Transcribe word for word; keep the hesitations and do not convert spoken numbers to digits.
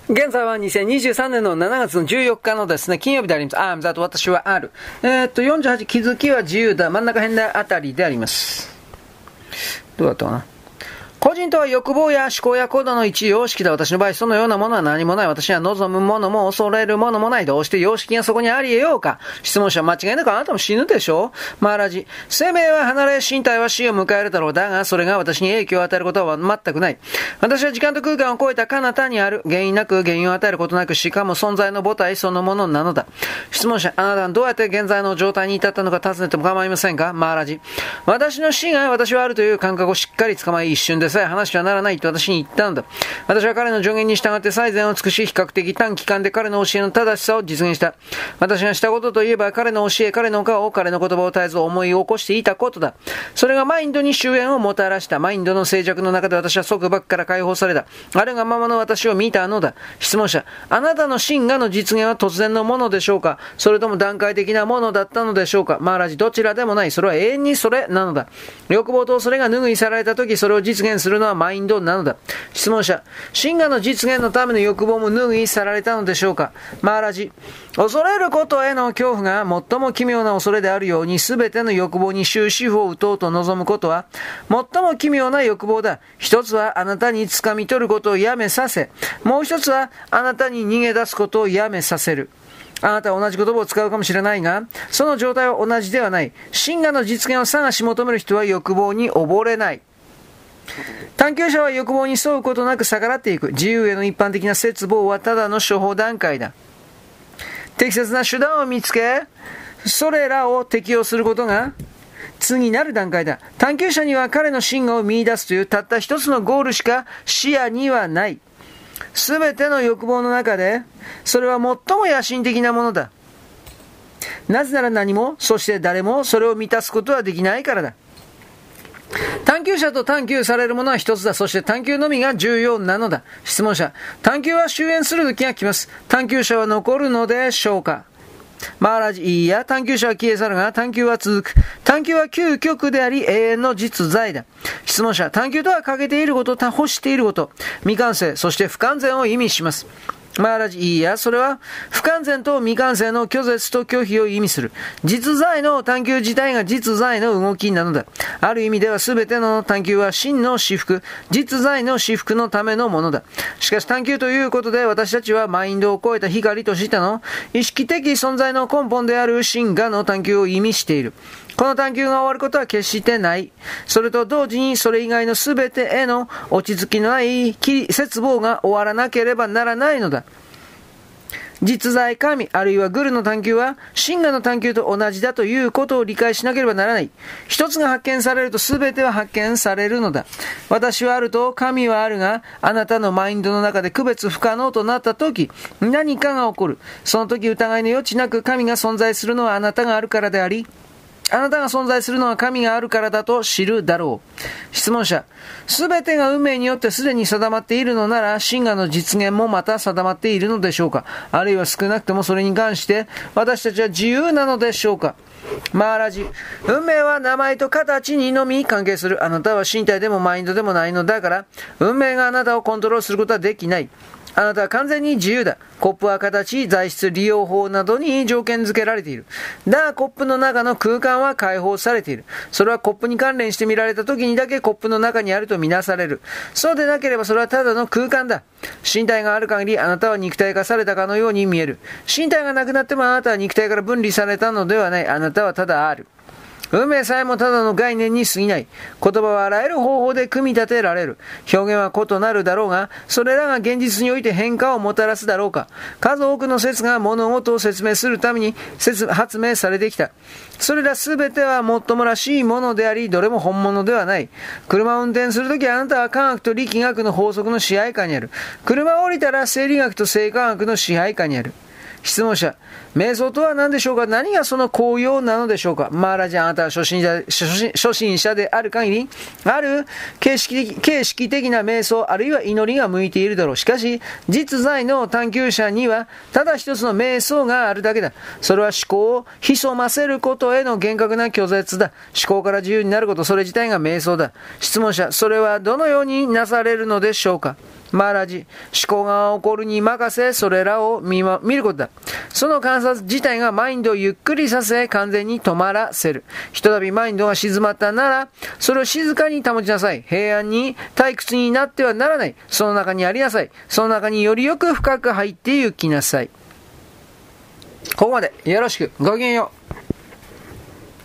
現在はにせんにじゅうさんねんのしちがつのじゅうよっかのですね、金曜日であります。I'm that 私はある。えー、っと、よんじゅうはち、気づきは自由だ。真ん中辺あたりであります。どうだったかな。個人とは欲望や思考や行動の一様式だ。私の場合、そのようなものは何もない。私は望むものも恐れるものもない。どうして様式がそこにあり得ようか。質問者は間違いなくあなたも死ぬでしょう。マーラジ。生命は離れ、身体は死を迎えるだろう。だが、それが私に影響を与えることは全くない。私は時間と空間を超えた彼方にある。原因なく、原因を与えることなく、しかも存在の母体そのものなのだ。質問者、あなたはどうやって現在の状態に至ったのか尋ねても構いませんか。マーラジ。私の死が私はあるという感覚をしっかり捕まえ、一瞬でさえ話はならないと私に言ったんだ。私は彼の助言に従って最善を尽くし、比較的短期間で彼の教えの正しさを実現した。私がしたことといえば、彼の教え、彼の顔、彼の言葉を絶えず思い起こしていたことだ。それがマインドに終焉をもたらした。マインドの静寂の中で私は束縛から解放された。あるがままの私を見たのだ。質問者、あなたの真我の実現は突然のものでしょうか、それとも段階的なものだったのでしょうか。マーラジ、どちらでもない。それは永遠にそれなのだ。欲望とそれが拭い去られたとき、それを実現するのはマインドなのだ。質問者、真我の実現のための欲望も拭い去られたのでしょうか。マーラジ、恐れることへの恐怖が最も奇妙な恐れであるように、すべての欲望に終止符を打とうと望むことは最も奇妙な欲望だ。一つはあなたに掴み取ることをやめさせ、もう一つはあなたに逃げ出すことをやめさせる。あなたは同じ言葉を使うかもしれないが、その状態は同じではない。真我の実現を探し求める人は欲望に溺れない。探求者は欲望に沿うことなく逆らっていく。自由への一般的な絶望はただの処方段階だ。適切な手段を見つけ、それらを適用することが次なる段階だ。探求者には彼の真我を見出すというたった一つのゴールしか視野にはない。すべての欲望の中で、それは最も野心的なものだ。なぜなら何も、そして誰もそれを満たすことはできないからだ。探求者と探求されるものは一つだ。そして探求のみが重要なのだ。質問者、探求は終焉する時が来ます。探求者は残るのでしょうか。マーラジ、いや、探求者は消え去るが探求は続く。探求は究極であり永遠の実在だ。質問者、探求とは欠けていること、欲していること、未完成、そして不完全を意味します。マーラジ、いいや、それは不完全と未完成の拒絶と拒否を意味する。実在の探求自体が実在の動きなのだ。ある意味では全ての探求は真の至福、実在の至福のためのものだ。しかし探求ということで私たちはマインドを超えた光としての意識的存在の根本である真我の探求を意味している。この探求が終わることは決してない。それと同時にそれ以外のすべてへの落ち着きのない絶望が終わらなければならないのだ。実在神あるいはグルの探求は真我の探求と同じだということを理解しなければならない。一つが発見されるとすべては発見されるのだ。私はあると神はあるが、あなたのマインドの中で区別不可能となったとき、何かが起こる。その時疑いの余地なく神が存在するのはあなたがあるからであり、あなたが存在するのは神があるからだと知るだろう。質問者、すべてが運命によってすでに定まっているのなら、真我の実現もまた定まっているのでしょうか。あるいは少なくともそれに関して私たちは自由なのでしょうか。マーラジ、運命は名前と形にのみ関係する。あなたは身体でもマインドでもないのだから、運命があなたをコントロールすることはできない。あなたは完全に自由だ。コップは形、材質、利用法などに条件付けられている。だがコップの中の空間は解放されている。それはコップに関連して見られた時にだけコップの中にあるとみなされる。そうでなければそれはただの空間だ。身体がある限りあなたは肉体化されたかのように見える。身体がなくなってもあなたは肉体から分離されたのではない。あなたはただある。運命さえもただの概念に過ぎない。言葉はあらゆる方法で組み立てられる。表現は異なるだろうが、それらが現実において変化をもたらすだろうか。数多くの説が物事を説明するために発明されてきた。それらすべてはもっともらしいものであり、どれも本物ではない。車を運転するときあなたは科学と力学の法則の支配下にある。車を降りたら生理学と生化学の支配下にある。質問者、瞑想とは何でしょうか。何がその効用なのでしょうか。マーラジ、あなたは初心者、初心、初心者である限り、ある形式的、形式的な瞑想、あるいは祈りが向いているだろう。しかし、実在の探求者には、ただ一つの瞑想があるだけだ。それは思考を潜ませることへの厳格な拒絶だ。思考から自由になること、それ自体が瞑想だ。質問者、それはどのようになされるのでしょうか。 マーラジ、思考が起こるに任せ、それらを見、ま、見ることだ。その観察自体がマインドをゆっくりさせ、完全に止まらせる。ひとたびマインドが静まったなら、それを静かに保ちなさい。平安に退屈になってはならない。その中にありなさい。その中によりよく深く入ってゆきなさい。ここまでよろしく。ごきげんよう。